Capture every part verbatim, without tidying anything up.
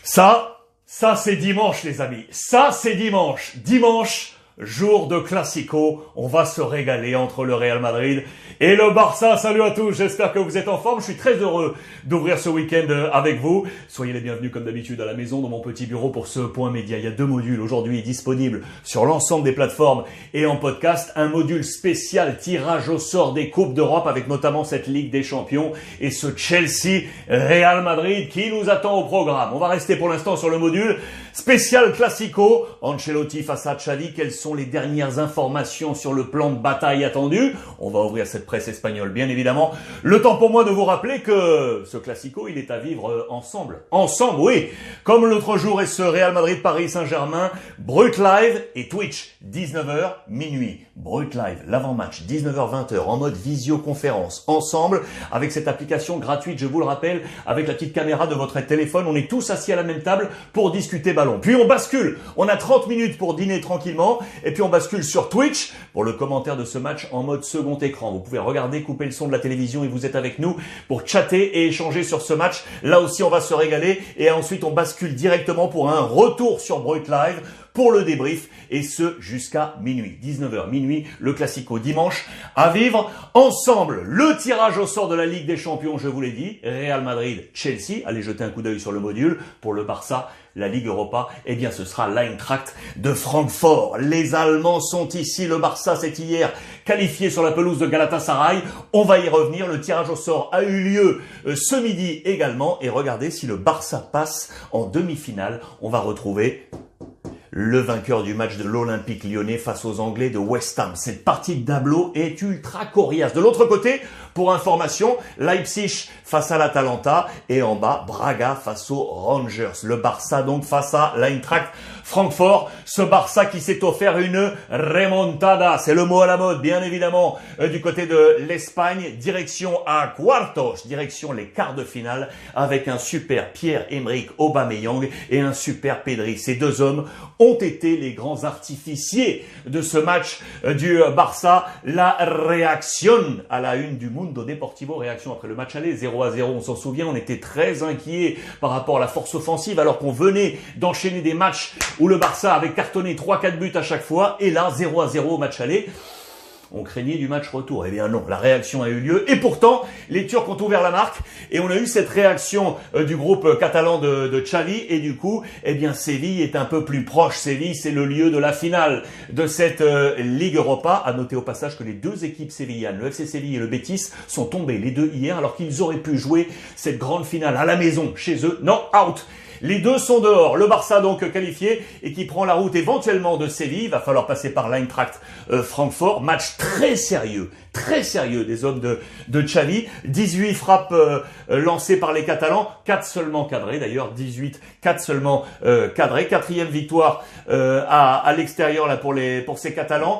Ça, ça c'est dimanche les amis. Ça c'est dimanche. Dimanche, jour de Classico. On va se régaler entre le Real Madrid et le Barça. Salut à tous, j'espère que vous êtes en forme. Je suis très heureux d'ouvrir ce week-end avec vous. Soyez les bienvenus comme d'habitude à la maison dans mon petit bureau pour ce point média. Il y a deux modules aujourd'hui disponibles sur l'ensemble des plateformes et en podcast. Un module spécial tirage au sort des Coupes d'Europe avec notamment cette Ligue des Champions et ce Chelsea-Real Madrid qui nous attend au programme. On va rester pour l'instant sur le module spécial Classico. Ancelotti face à Xavi. Quelles sont les dernières informations sur le plan de bataille attendu? On va ouvrir cette presse espagnole, bien évidemment. Le temps pour moi de vous rappeler que ce Classico, il est à vivre ensemble. Ensemble, oui. Comme l'autre jour est ce Real Madrid-Paris Saint-Germain, Brut Live et Twitch, dix-neuf heures, minuit. Brut Live, l'avant-match, dix-neuf heures vingt heures, en mode visioconférence, ensemble, avec cette application gratuite, je vous le rappelle, avec la petite caméra de votre téléphone. On est tous assis à la même table pour discuter ballon. Puis on bascule. On a trente minutes pour dîner tranquillement. Et puis on bascule sur Twitch pour le commentaire de ce match en mode second écran. Vous pouvez regarder, couper le son de la télévision et vous êtes avec nous pour chatter et échanger sur ce match. Là aussi, on va se régaler. Et ensuite, on bascule directement pour un retour sur Brut Live pour le débrief, et ce jusqu'à minuit. dix-neuf heures, minuit, le Classico dimanche à vivre ensemble. Le tirage au sort de la Ligue des Champions, je vous l'ai dit, Real Madrid, Chelsea. Allez jeter un coup d'œil sur le module. Pour le Barça, la Ligue Europa, eh bien ce sera l'Eintracht de Francfort. Les Allemands sont ici, le Barça c'est hier qualifié sur la pelouse de Galatasaray. On va y revenir, le tirage au sort a eu lieu euh, ce midi également. Et regardez, si le Barça passe en demi-finale, on va retrouver le vainqueur du match de l'Olympique Lyonnais face aux Anglais de West Ham. Cette partie de tableau est ultra coriace. De l'autre côté, pour information, Leipzig face à l'Atalanta et en bas, Braga face aux Rangers. Le Barça donc face à l'Eintracht Francfort. Ce Barça qui s'est offert une remontada, c'est le mot à la mode, bien évidemment, euh, du côté de l'Espagne. Direction à quartos, direction les quarts de finale avec un super Pierre-Emerick Aubameyang et un super Pedri. Ces deux hommes ont été les grands artificiers de ce match du Barça. La réaction à la une du Mundo Deportivo, réaction après le match aller, zéro à zéro, on s'en souvient, on était très inquiets par rapport à la force offensive alors qu'on venait d'enchaîner des matchs où le Barça avait cartonné trois quatre buts à chaque fois, et là, zéro à zéro au match aller. On craignait du match retour. Eh bien non, la réaction a eu lieu. Et pourtant, les Turcs ont ouvert la marque et on a eu cette réaction euh, du groupe catalan de, de Xavi. Et du coup, eh bien Séville est un peu plus proche. Séville, c'est le lieu de la finale de cette euh, Ligue Europa. À noter au passage que les deux équipes sévillanes, le F C Séville et le Betis, sont tombés les deux hier alors qu'ils auraient pu jouer cette grande finale à la maison, chez eux. Non, out. Les deux sont dehors. Le Barça donc qualifié et qui prend la route éventuellement de Séville. Il va falloir passer par l'Eintracht euh, Francfort. Match très sérieux, très sérieux des hommes de, de Xavi. dix-huit frappes euh, lancées par les Catalans, quatre seulement cadrées d'ailleurs, dix-huit, quatre seulement euh, cadrées. Quatrième victoire euh, à, à l'extérieur là pour les pour ces Catalans.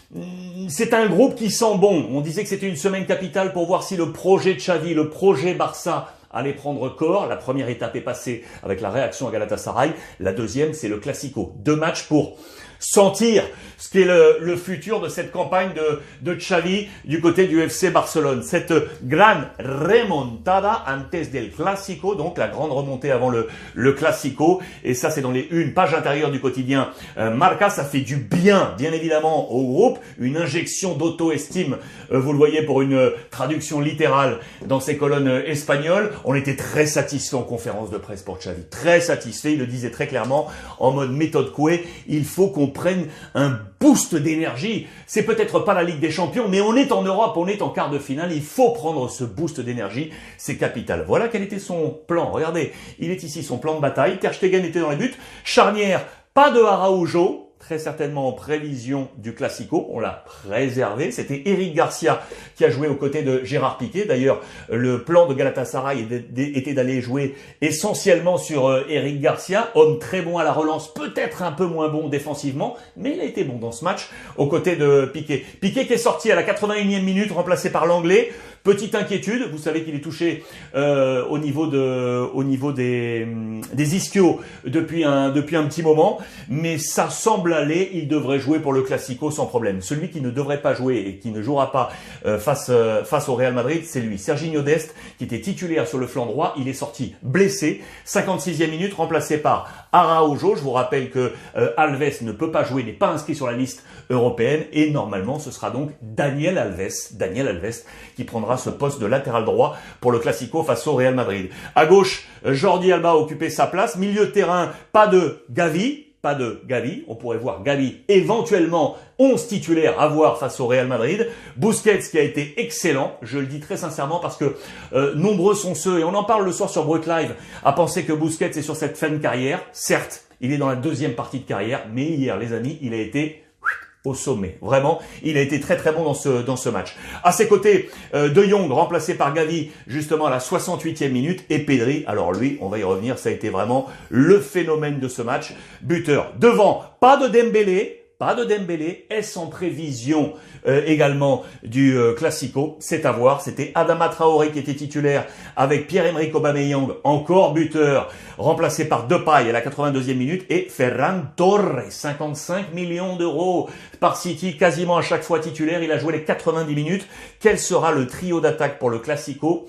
C'est un groupe qui sent bon. On disait que c'était une semaine capitale pour voir si le projet Xavi, le projet Barça allait prendre corps. La première étape est passée avec la réaction à Galatasaray. La deuxième, c'est le Classico. Deux matchs pour sentir ce qu'est le, le futur de cette campagne de, de Xavi du côté du F C Barcelone. Cette grande remontada antes del Classico, donc la grande remontée avant le, le Classico. Et ça, c'est dans les une page intérieure du quotidien euh, Marca. Ça fait du bien, bien évidemment, au groupe. Une injection d'auto-estime, euh, vous le voyez, pour une euh, traduction littérale dans ces colonnes euh, espagnoles. On était très satisfait en conférence de presse pour Xavi. Très satisfait. Il le disait très clairement en mode méthode Coué. Il faut qu'on prenne un boost d'énergie. C'est peut-être pas la Ligue des Champions, mais on est en Europe, on est en quart de finale. Il faut prendre ce boost d'énergie. C'est capital. Voilà quel était son plan. Regardez, il est ici, son plan de bataille. Ter Stegen était dans les buts. Charnière, pas de Araujo. Très certainement en prévision du Classico, on l'a préservé. C'était Eric Garcia qui a joué aux côtés de Gérard Piqué. D'ailleurs, le plan de Galatasaray était d'aller jouer essentiellement sur Eric Garcia, homme très bon à la relance, peut-être un peu moins bon défensivement, mais il a été bon dans ce match aux côtés de Piqué. Piqué qui est sorti à la quatre-vingt-unième minute, remplacé par l'Anglais. Petite inquiétude, vous savez qu'il est touché euh, au niveau de, au niveau des, des ischios depuis un, depuis un petit moment, mais ça semble aller. Il devrait jouer pour le Classico sans problème. Celui qui ne devrait pas jouer et qui ne jouera pas euh, face euh, face au Real Madrid, c'est lui, Serginho Dest, qui était titulaire sur le flanc droit. Il est sorti blessé, cinquante-sixième minute, remplacé par Araujo. Je vous rappelle que euh, Alves ne peut pas jouer, n'est pas inscrit sur la liste européenne, et normalement ce sera donc Daniel Alves, Daniel Alves qui prendra ce poste de latéral droit pour le Classico face au Real Madrid. À gauche, Jordi Alba a occupé sa place. Milieu de terrain, pas de Gavi. Pas de Gavi, on pourrait voir Gavi éventuellement onze titulaires à voir face au Real Madrid. Busquets qui a été excellent, je le dis très sincèrement parce que euh, nombreux sont ceux, et on en parle le soir sur Brut Live, à penser que Busquets est sur cette fin de carrière. Certes, il est dans la deuxième partie de carrière, mais hier les amis, il a été au sommet. Vraiment, il a été très très bon dans ce dans ce match. À ses côtés, euh, De Jong remplacé par Gavi justement à la soixante-huitième minute, et Pedri, alors lui, on va y revenir, ça a été vraiment le phénomène de ce match. Buteur. Devant, pas de Dembélé. Pas de Dembélé, est-ce en prévision euh, également du euh, Classico? C'est à voir, c'était Adama Traoré qui était titulaire avec Pierre-Emerick Aubameyang, encore buteur, remplacé par Depay à la quatre-vingt-deuxième minute, et Ferran Torres, cinquante-cinq millions d'euros par City, quasiment à chaque fois titulaire, il a joué les quatre-vingt-dix minutes. Quel sera le trio d'attaque pour le Classico?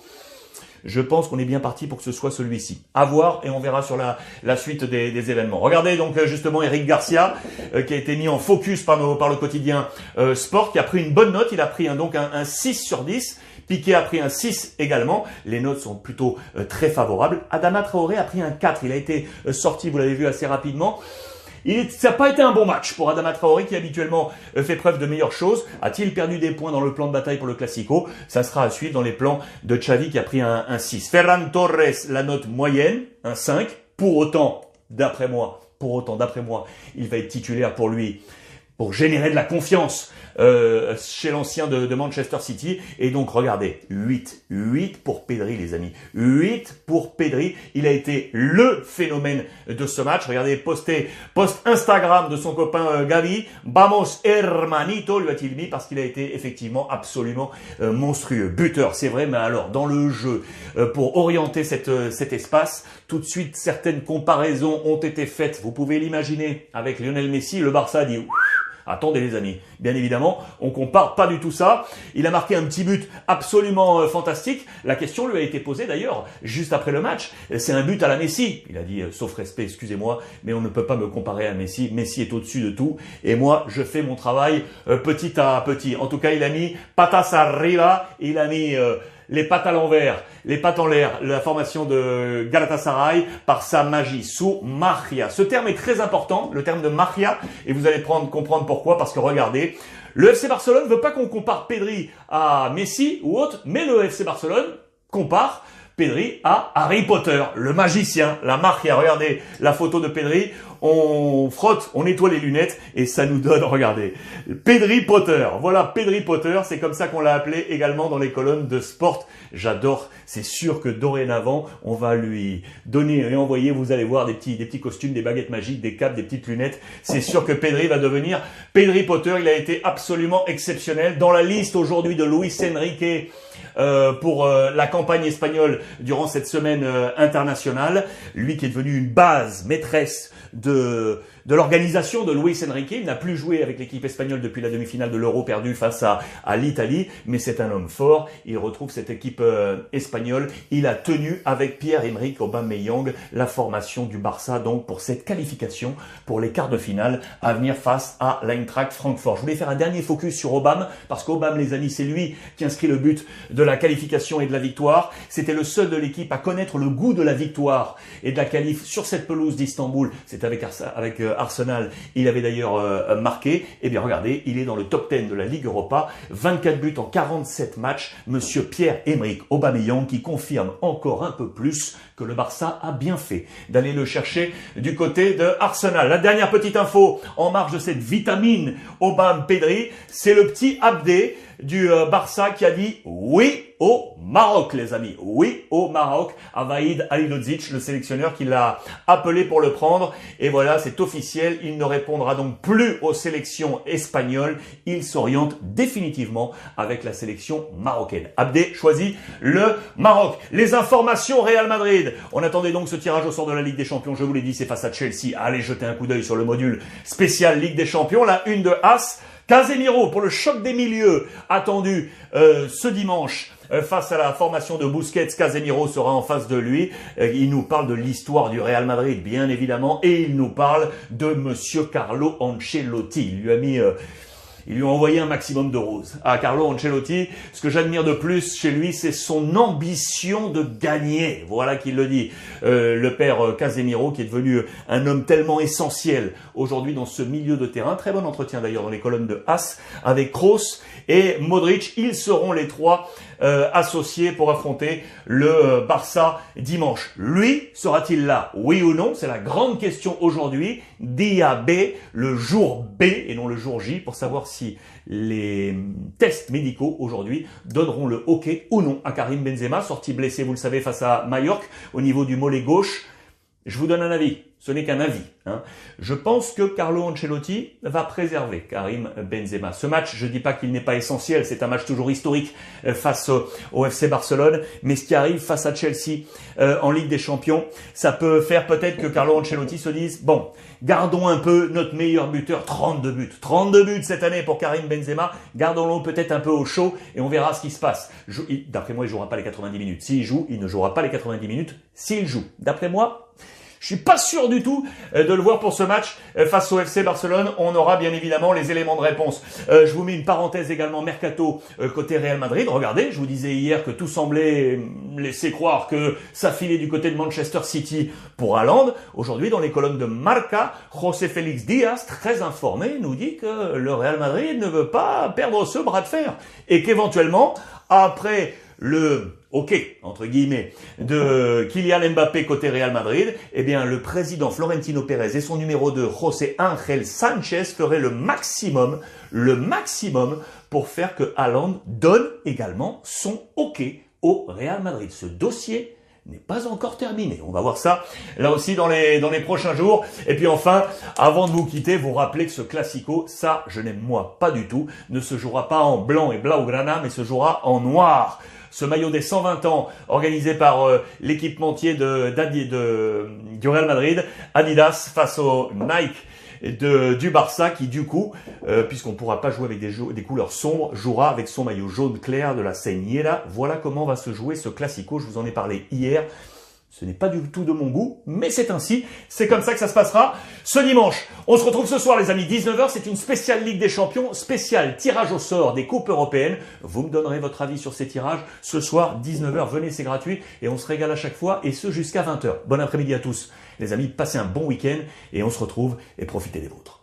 Je pense qu'on est bien parti pour que ce soit celui-ci. À voir, et on verra sur la, la suite des, des événements. Regardez donc justement Eric Garcia, euh, qui a été mis en focus par, nos, par le quotidien euh, Sport, qui a pris une bonne note. Il a pris un, donc un, un six sur dix. Piqué a pris un six également. Les notes sont plutôt euh, très favorables. Adama Traoré a pris un quatre. Il a été euh, sorti, vous l'avez vu, assez rapidement. Il, ça n'a pas été un bon match pour Adama Traoré qui habituellement fait preuve de meilleures choses. A-t-il perdu des points dans le plan de bataille pour le Classico? Ça sera à suivre dans les plans de Xavi qui a pris un, un six. Ferran Torres, la note moyenne, un cinq. Pour autant, d'après moi, pour autant, d'après moi, il va être titulaire pour lui, pour générer de la confiance euh, chez l'ancien de, de Manchester City. Et donc, regardez, huit. huit pour Pedri, les amis. huit pour Pedri. Il a été le phénomène de ce match. Regardez, posté, post Instagram de son copain euh, Gavi. Vamos, hermanito, lui a-t-il mis, parce qu'il a été effectivement absolument euh, monstrueux. Buteur, c'est vrai, mais alors, dans le jeu, euh, pour orienter cette, euh, cet espace, tout de suite, certaines comparaisons ont été faites. Vous pouvez l'imaginer avec Lionel Messi. Le Barça dit... Attendez les amis, bien évidemment, on compare pas du tout ça. Il a marqué un petit but absolument euh, fantastique. La question lui a été posée d'ailleurs juste après le match. C'est un but à la Messi. Il a dit, euh, sauf respect, excusez-moi, mais on ne peut pas me comparer à Messi. Messi est au-dessus de tout. Et moi, je fais mon travail euh, petit à petit. En tout cas, il a mis patas arriba, il a mis... Euh, les pattes à l'envers, les pattes en l'air, la formation de Galatasaray par sa magie, sous magia. Ce terme est très important, le terme de magia, et vous allez prendre, comprendre pourquoi, parce que regardez, le F C Barcelone ne veut pas qu'on compare Pedri à Messi ou autre, mais le F C Barcelone compare Pedri à Harry Potter, le magicien, la magia. Regardez la photo de Pedri, on frotte, on nettoie les lunettes et ça nous donne, regardez, Pedri Potter. Voilà, Pedri Potter, c'est comme ça qu'on l'a appelé également dans les colonnes de Sport. J'adore, c'est sûr que dorénavant, on va lui donner et envoyer, vous allez voir, des petits, des petits costumes, des baguettes magiques, des capes, des petites lunettes. C'est sûr que Pedri va devenir Pedri Potter. Il a été absolument exceptionnel. Dans la liste aujourd'hui de Luis Enrique, Euh, pour euh, la campagne espagnole durant cette semaine euh, internationale, lui qui est devenu une base maîtresse de de l'organisation de Luis Enrique. Il n'a plus joué avec l'équipe espagnole depuis la demi-finale de l'Euro perdue face à, à l'Italie, mais c'est un homme fort. Il retrouve cette équipe euh, espagnole. Il a tenu avec Pierre-Emerick Aubameyang la formation du Barça donc pour cette qualification pour les quarts de finale à venir face à l'Eintracht Francfort. Je voulais faire un dernier focus sur Aubame parce qu'Aubame, les amis, c'est lui qui inscrit le but de la qualification et de la victoire. C'était le seul de l'équipe à connaître le goût de la victoire et de la qualif sur cette pelouse d'Istanbul. C'est avec, avec euh, Arsenal. Il avait d'ailleurs euh, marqué. Eh bien, regardez, il est dans le top dix de la Ligue Europa. vingt-quatre buts en quarante-sept matchs. Monsieur Pierre-Emerick Aubameyang qui confirme encore un peu plus que le Barça a bien fait d'aller le chercher du côté de Arsenal. La dernière petite info en marge de cette vitamine Aubame Pedri, c'est le petit Abdé du euh, Barça qui a dit oui au Maroc, les amis. Oui au Maroc, à Vahid Halilhodžić, le sélectionneur qui l'a appelé pour le prendre. Et voilà, c'est officiel. Il ne répondra donc plus aux sélections espagnoles. Il s'oriente définitivement avec la sélection marocaine. Abdé choisit le Maroc. Les informations Real Madrid. On attendait donc ce tirage au sort de la Ligue des Champions. Je vous l'ai dit, c'est face à Chelsea. Allez jeter un coup d'œil sur le module spécial Ligue des Champions. La une de As. Casemiro pour le choc des milieux attendu euh, ce dimanche euh, face à la formation de Busquets. Casemiro sera en face de lui. Euh, il nous parle de l'histoire du Real Madrid, bien évidemment, et il nous parle de Monsieur Carlo Ancelotti. Il lui a mis... Euh, Il lui a envoyé un maximum de roses à Carlo Ancelotti. Ce que j'admire de plus chez lui, c'est son ambition de gagner. Voilà qu'il le dit. Euh, le père Casemiro, qui est devenu un homme tellement essentiel aujourd'hui dans ce milieu de terrain. Très bon entretien d'ailleurs dans les colonnes de As avec Kroos et Modric. Ils seront les trois euh, associés pour affronter le Barça dimanche. Lui, sera-t-il là? Oui ou non? C'est la grande question aujourd'hui. Dia B, le jour B et non le jour J, pour savoir si les tests médicaux aujourd'hui donneront le OK ou non à Karim Benzema, sorti blessé, vous le savez, face à Majorque au niveau du mollet gauche. Je vous donne un avis, ce n'est qu'un avis. Hein. Je pense que Carlo Ancelotti va préserver Karim Benzema. Ce match, je ne dis pas qu'il n'est pas essentiel, c'est un match toujours historique face au F C Barcelone, mais ce qui arrive face à Chelsea euh, en Ligue des Champions, ça peut faire peut-être que Carlo Ancelotti se dise, bon, gardons un peu notre meilleur buteur, trente-deux buts. trente-deux buts cette année pour Karim Benzema, gardons-le peut-être un peu au chaud et on verra ce qui se passe. D'après moi, il ne jouera pas les quatre-vingt-dix minutes. S'il joue, il ne jouera pas les quatre-vingt-dix minutes. S'il joue, d'après moi, je suis pas sûr du tout de le voir pour ce match face au F C Barcelone. On aura bien évidemment les éléments de réponse. Euh, je vous mets une parenthèse également mercato euh, côté Real Madrid. Regardez, je vous disais hier que tout semblait laisser croire que ça filait du côté de Manchester City pour Haaland. Aujourd'hui, dans les colonnes de Marca, José Félix Diaz, très informé, nous dit que le Real Madrid ne veut pas perdre ce bras de fer et qu'éventuellement, après le OK, entre guillemets, de Kylian Mbappé côté Real Madrid, eh bien, le président Florentino Pérez et son numéro deux, José Ángel Sánchez, feraient le maximum, le maximum pour faire que Haaland donne également son OK au Real Madrid. Ce dossier n'est pas encore terminé. On va voir ça là aussi dans les dans les prochains jours. Et puis enfin, avant de vous quitter, vous rappelez que ce Classico, ça, je n'aime moi pas du tout, ne se jouera pas en blanc et blaugrana, mais se jouera en noir. Ce maillot des cent vingt ans, organisé par euh, l'équipementier de, de, de, du Real Madrid, Adidas, face au Nike de, du Barça, qui du coup, euh, puisqu'on ne pourra pas jouer avec des, des couleurs sombres, jouera avec son maillot jaune clair de la Señera. Voilà comment va se jouer ce Classico. Je vous en ai parlé hier. Ce n'est pas du tout de mon goût, mais c'est ainsi. C'est comme ça que ça se passera ce dimanche. On se retrouve ce soir, les amis, dix-neuf heures. C'est une spéciale Ligue des Champions, spéciale tirage au sort des coupes européennes. Vous me donnerez votre avis sur ces tirages. Ce soir, dix-neuf heures, venez, c'est gratuit. Et on se régale à chaque fois, et ce jusqu'à vingt heures. Bon après-midi à tous. Les amis, passez un bon week-end, et on se retrouve, et profitez des vôtres.